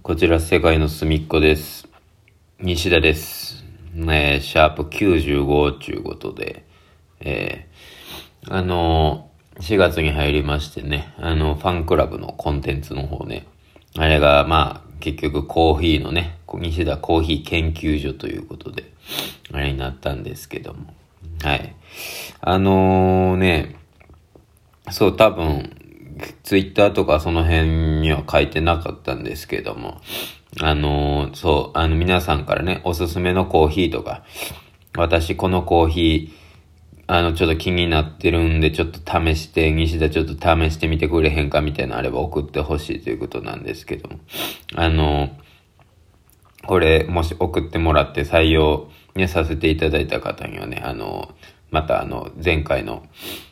こちら世界の隅っこです。西田です。シャープ95ということで、4月に入りましてね、ファンクラブのコンテンツの方ね、あれが結局コーヒーのね、西田コーヒー研究所ということで、あれになったんですけども、はい。そう多分、ツイッターとかその辺には書いてなかったんですけども、皆さんからね、おすすめのコーヒーとか、私このコーヒー、ちょっと気になってるんで、ちょっと西田ちょっと試してみてくれへんかみたいなのあれば送ってほしいということなんですけども、これ、もし送ってもらって採用ね、させていただいた方にはね、また前回の、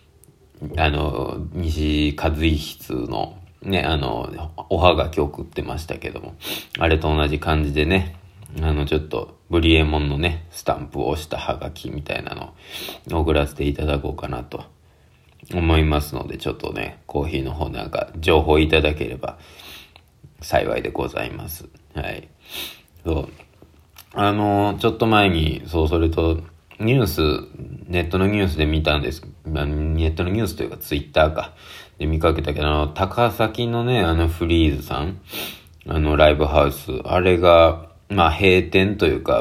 西和筆のね、おはがき送ってましたけども、あれと同じ感じでね、ちょっと、ブリエモンのね、スタンプを押したはがきみたいなのを送らせていただこうかなと思いますので、ちょっとね、コーヒーの方なんか情報いただければ幸いでございます。はい。そう。ちょっと前に、それと、ネットのニュースで見たんです。ネットのニュースというかツイッターか。で見かけたけど、高崎のね、フリーズさん、ライブハウス、あれが、閉店というか、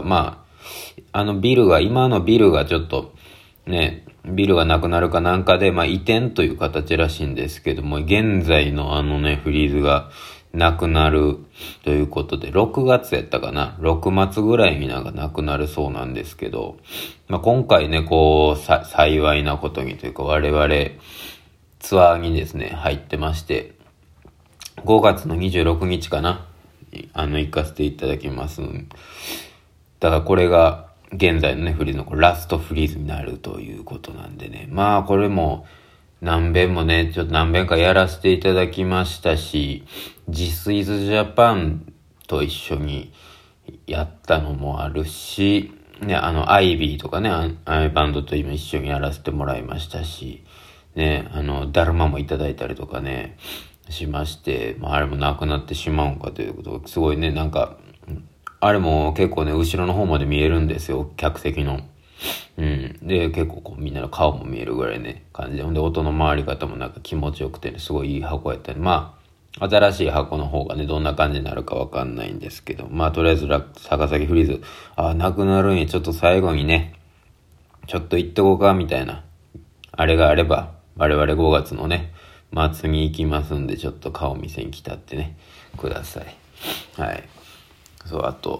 今のビルがちょっと、ね、ビルがなくなるかなんかで、移転という形らしいんですけども、現在のフリーズがなくなるということで、6月やったかな ?6 末ぐらいになんかなくなるそうなんですけど、今回ね、幸いなことにというか、我々、ツアーにですね、入ってまして、5月の26日かな行かせていただきます。だからこれが、現在のね、フリーズのラストフリーズになるということなんでね。これも、何遍かやらせていただきましたし、This is Japan と一緒にやったのもあるし、ね、アイビーとかね、あのバンドと今一緒にやらせてもらいましたし、ね、ダルマもいただいたりとかね、しまして、あれもなくなってしまうんかということが、すごいね、なんか、あれも結構ね、後ろの方まで見えるんですよ、客席の。で、結構みんなの顔も見えるぐらいね、感じで。ほんで、音の回り方もなんか気持ちよくてね、すごいいい箱やったね。新しい箱の方がね、どんな感じになるかわかんないんですけど、とりあえず、高崎フリーズ、なくなるんや、ちょっと最後にね、ちょっと行ってこうか、みたいな。あれがあれば、我々5月のね、末に行きますんで、ちょっと顔見せに来たってね、ください。はい。そう、あと、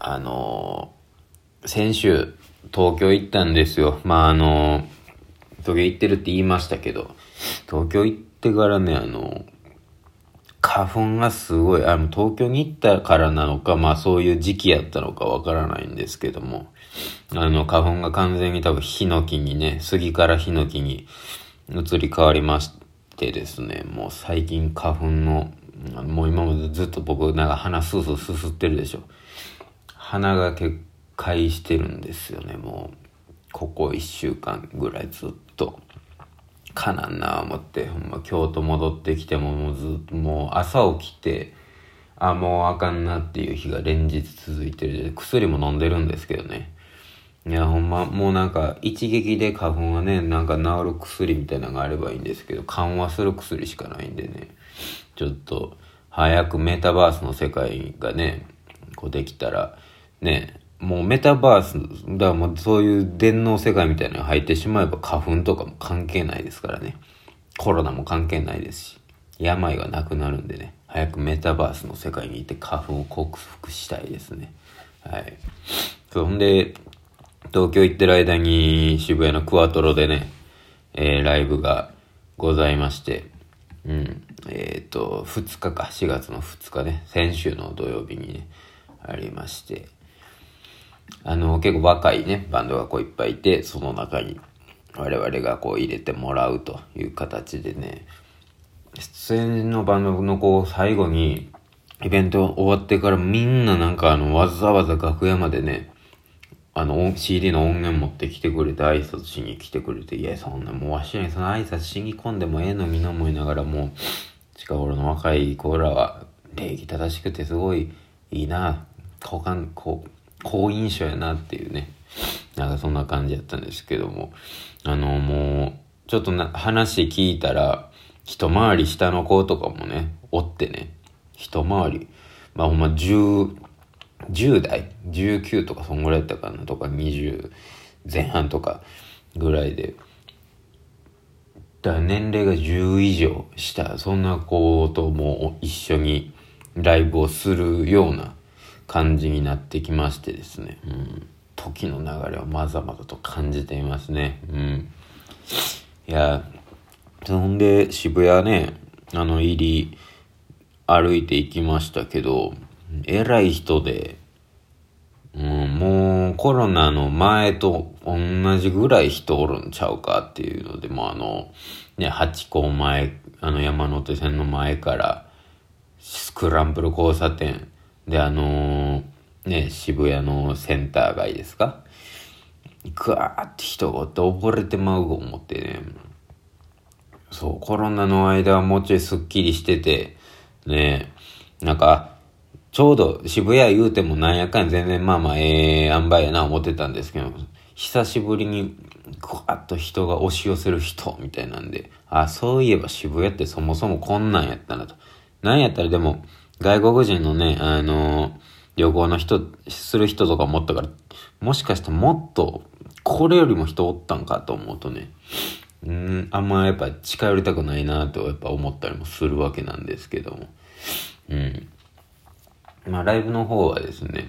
先週、東京行ったんですよ。東京行ってるって言いましたけど、東京行ってからね、花粉がすごい、東京に行ったからなのか、そういう時期やったのかわからないんですけども、花粉が完全に多分ヒノキにね、杉からヒノキに移り変わりましてですね、もう最近花粉の、もう今までずっと僕なんか鼻スースーすすってるでしょ。鼻が決壊してるんですよね、もう。ここ1週間ぐらいずっと。かなんな思って、ほんま京都戻ってきてももうずっともう朝起きて、もうあかんなっていう日が連日続いてる。薬も飲んでるんですけどね。いやほんまもうなんか一撃で花粉はね、なんか治る薬みたいなのがあればいいんですけど、緩和する薬しかないんでね。ちょっと早くメタバースの世界がね、できたら、ね、もうメタバース、だからもうそういう電脳世界みたいなのが入ってしまえば花粉とかも関係ないですからね。コロナも関係ないですし、病がなくなるんでね、早くメタバースの世界にいて花粉を克服したいですね。はい。ほんで、東京行ってる間に渋谷のクワトロでね、ライブがございまして、2日か、4月の2日ね、先週の土曜日にね、ありまして、結構若いね、バンドがいっぱいいて、その中に我々が入れてもらうという形でね、出演のバンドの最後に、イベント終わってからみんななんかわざわざ楽屋までね、CD の音源持ってきてくれて挨拶しに来てくれて、いや、そんなもうわしらにその挨拶しに込んでもええのにな思いながらも、近頃の若い子らは礼儀正しくてすごいいいな、好印象やなっていうね、なんかそんな感じやったんですけども、もう、ちょっと話聞いたら、一回り下の子とかもね、おってね、一回り、まあほんま10代 ?19 とかそんぐらいやったかなとか20前半とかぐらいで、だ年齢が10以上したそんな子とも一緒にライブをするような感じになってきましてですね、時の流れをまざまざと感じていますね。いや、そんで渋谷ね、入り歩いていきましたけど、偉い人で、もうコロナの前と同じぐらい人おるんちゃうかっていうので、もうハチ公前、山手線の前からスクランブル交差点で渋谷のセンター街ですか、ぐわーって人がおって溺れてまうと思ってね、そう、コロナの間はもうちょいスッキリしてて、ね、なんか、ちょうど渋谷言うてもなんやかんや全然塩梅やな思ってたんですけど、久しぶりにぐわっと人が押し寄せる人みたいなんで、そういえば渋谷ってそもそもこんなんやったなと。なんやったらでも外国人のね、旅行のする人とか思ったから、もしかしてもっとこれよりも人おったんかと思うとね、あんまやっぱ近寄りたくないなとやっぱ思ったりもするわけなんですけども、ライブの方はですね、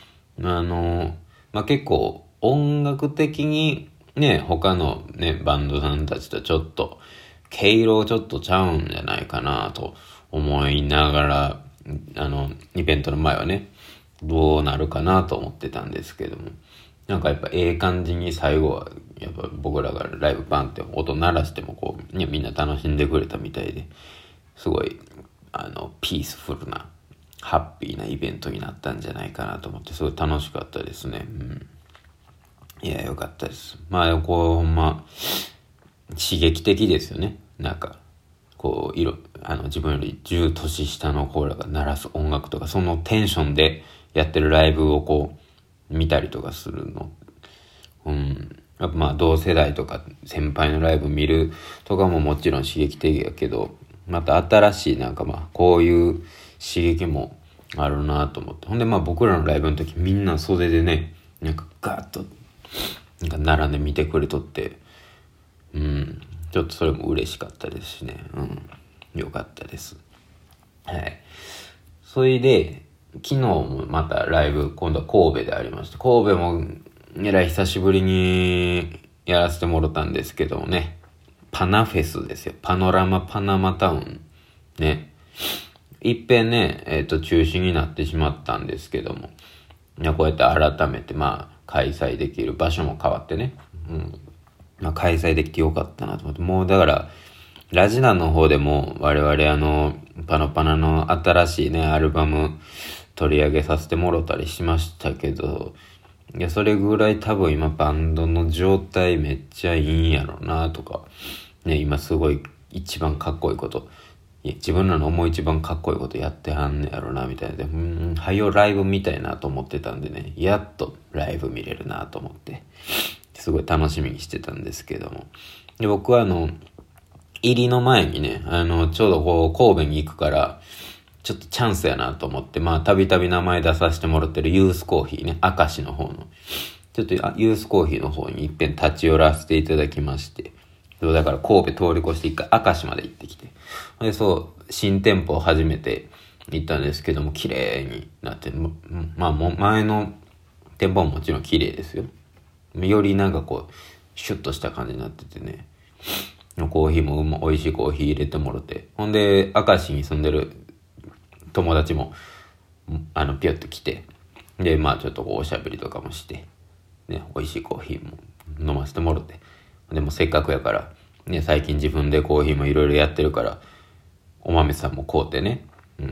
結構音楽的にね、他のね、バンドさんたちとちょっと、毛色ちょっとちゃうんじゃないかなと思いながら、イベントの前はね、どうなるかなと思ってたんですけども、なんかやっぱ感じに最後は、やっぱ僕らがライブバンって音鳴らしてもこう、ね、みんな楽しんでくれたみたいで、すごい、ピースフルな、ハッピーなイベントになったんじゃないかなと思って、すごい楽しかったですね。いや、よかったです。ほんま、刺激的ですよね。なんか、こう、自分より10年下の子らが鳴らす音楽とか、そのテンションでやってるライブをこう、見たりとかするの。やっぱ同世代とか先輩のライブ見るとかももちろん刺激的やけど、また新しいこういう刺激もあるなと思って。ほんで僕らのライブの時みんな袖でね、なんかガーッと、並んで見てくれとって、ちょっとそれも嬉しかったですしね。よかったです。はい。それで、昨日もまたライブ、今度は神戸でありました。神戸も、久しぶりにやらせてもらったんですけどもね。パナフェスですよ。パノラマパナマタウン。ね。いっぺんね、中止になってしまったんですけども。こうやって改めて、開催できる場所も変わってね。開催できてよかったなと思って。もうだから、ラジナの方でも我々パノパナの新しいね、アルバム取り上げさせてもらったりしましたけど、いや、それぐらい多分今バンドの状態めっちゃいいんやろなとか、ね、今すごい一番かっこいいこと、自分らの思う一番かっこいいことやってはんねやろなみたいなで、はよライブ見たいなと思ってたんでね、やっとライブ見れるなと思って、すごい楽しみにしてたんですけども。で、僕は入りの前にね、ちょうどこう、神戸に行くから、ちょっとチャンスやなと思って、たびたび名前出させてもらってるユースコーヒーね、明石の方の。ちょっとユースコーヒーの方に一遍立ち寄らせていただきまして。だから神戸通り越して一回明石まで行ってきて。で、新店舗を初めて行ったんですけども、綺麗になって、もう前の店舗ももちろん綺麗ですよ。よりシュッとした感じになっててね。コーヒーも美味しいコーヒー入れてもらって。ほんで、明石に住んでる友達も、ピュッと来て。で、ちょっとおしゃべりとかもして。ね、美味しいコーヒーも飲ませてもらって。でもせっかくやから、ね、最近自分でコーヒーもいろいろやってるから、お豆さんも買うてね。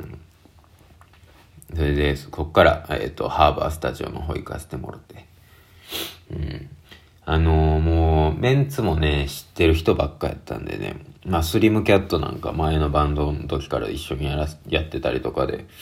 それで、こっから、ハーバースタジオの方行かせてもらって。もう、メンツもね、知ってる人ばっかやったんでね。スリムキャットなんか前のバンドの時から一緒にやってたりとかで、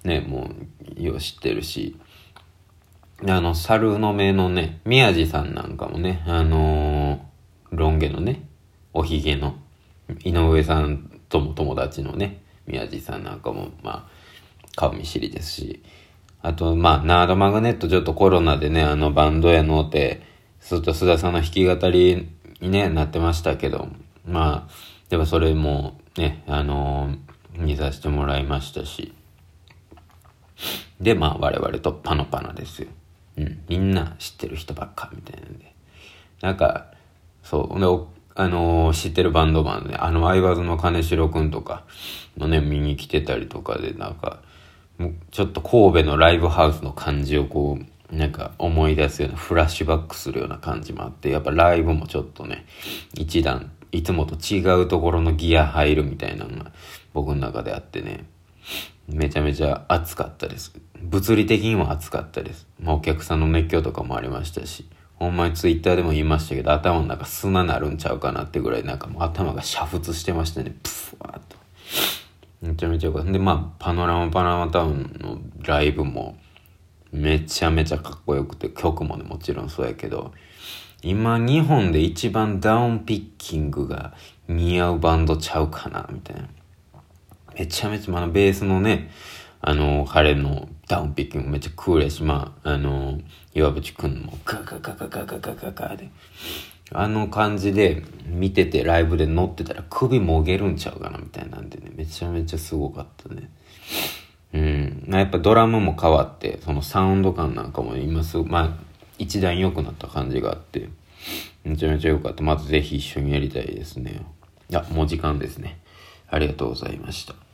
ね、もう、よう知ってるし、猿の目のね、宮地さんなんかもね、ロン毛のね、おひげの、井上さんとも友達のね、宮地さんなんかも、まあ、顔見知りですし、あと、まあ、ナードマグネットちょっとコロナでね、バンドやのうて、ずっと須田さんの弾き語りにね、なってましたけど、まあ、でもそれもね、見させてもらいましたし、で、まあ、我々とパノパノですよ。うん、みんな知ってる人ばっか、みたいなんで。なんか、そう、で、知ってるバンドマンね、相葉の金城くんとかのね、見に来てたりとかで、なんか、ちょっと神戸のライブハウスの感じをこう、なんか思い出すような、フラッシュバックするような感じもあって、やっぱライブもちょっとね、一段、いつもと違うところのギア入るみたいなのが僕の中であってね、めちゃめちゃ熱かったです。物理的にも熱かったです。まあお客さんの熱狂とかもありましたし、ほんまにツイッターでも言いましたけど、頭の中砂なるんちゃうかなってぐらいなんかもう頭が煮沸してましたね、プワーっと。めちゃめちゃよかった。で、まあ、パノラマタウンのライブもめちゃめちゃかっこよくて、曲もね、もちろんそうやけど、今日本で一番ダウンピッキングが似合うバンドちゃうかな、みたいな。めちゃめちゃ、ベースのね、彼のダウンピッキングめっちゃクールやし、まあ、岩渕くんもガガガガガガガガガで、感じで見ててライブで乗ってたら首もげるんちゃうかなみたいなんでね、めちゃめちゃすごかったね。うん。やっぱドラムも変わって、そのサウンド感なんかも今すぐ、まあ、一段良くなった感じがあって、めちゃめちゃ良かった。まずぜひ一緒にやりたいですね。もう時間ですね。ありがとうございました。